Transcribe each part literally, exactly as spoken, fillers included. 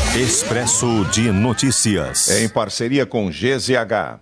Expresso de Notícias. Em parceria com G Z H.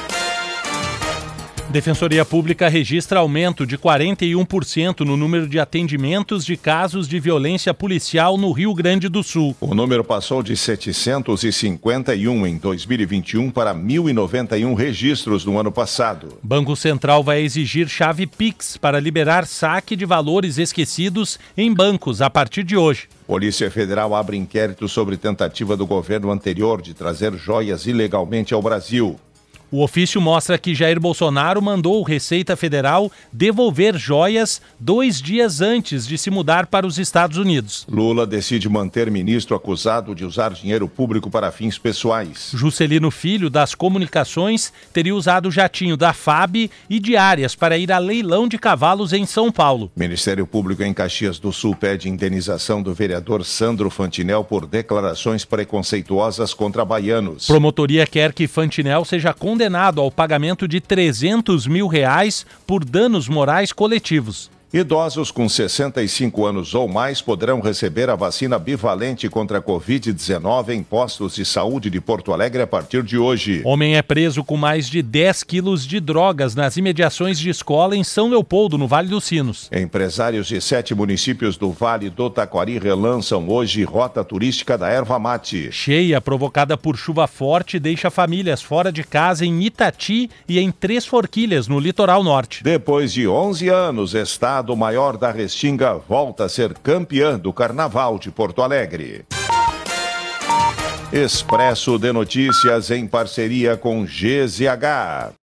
Defensoria Pública registra aumento de quarenta e um por cento no número de atendimentos de casos de violência policial no Rio Grande do Sul. O número passou de setecentos e cinquenta e um em dois mil e vinte e um para mil e noventa e um registros no ano passado. Banco Central vai exigir chave Pix para liberar saque de valores esquecidos em bancos a partir de hoje. Polícia Federal abre inquérito sobre tentativa do governo anterior de trazer joias ilegalmente ao Brasil. O ofício mostra que Jair Bolsonaro mandou Receita Federal devolver joias dois dias antes de se mudar para os Estados Unidos. Lula decide manter ministro acusado de usar dinheiro público para fins pessoais. Juscelino Filho, das Comunicações, teria usado o jatinho da F A B e diárias para ir a leilão de cavalos em São Paulo. Ministério Público em Caxias do Sul pede indenização do vereador Sandro Fantinel por declarações preconceituosas contra baianos. Promotoria quer que Fantinel seja condenado condenado ao pagamento de trezentos mil reais por danos morais coletivos. Idosos com sessenta e cinco anos ou mais poderão receber a vacina bivalente contra a covid dezenove em postos de saúde de Porto Alegre a partir de hoje. Homem é preso com mais de dez quilos de drogas nas imediações de escola em São Leopoldo, no Vale dos Sinos. Empresários de sete municípios do Vale do Taquari relançam hoje rota turística da erva mate. Cheia provocada por chuva forte deixa famílias fora de casa em Itati e em Três Forquilhas, no litoral norte. Depois de onze anos, está do maior da Restinga volta a ser campeã do Carnaval de Porto Alegre. Expresso de Notícias em parceria com G Z H.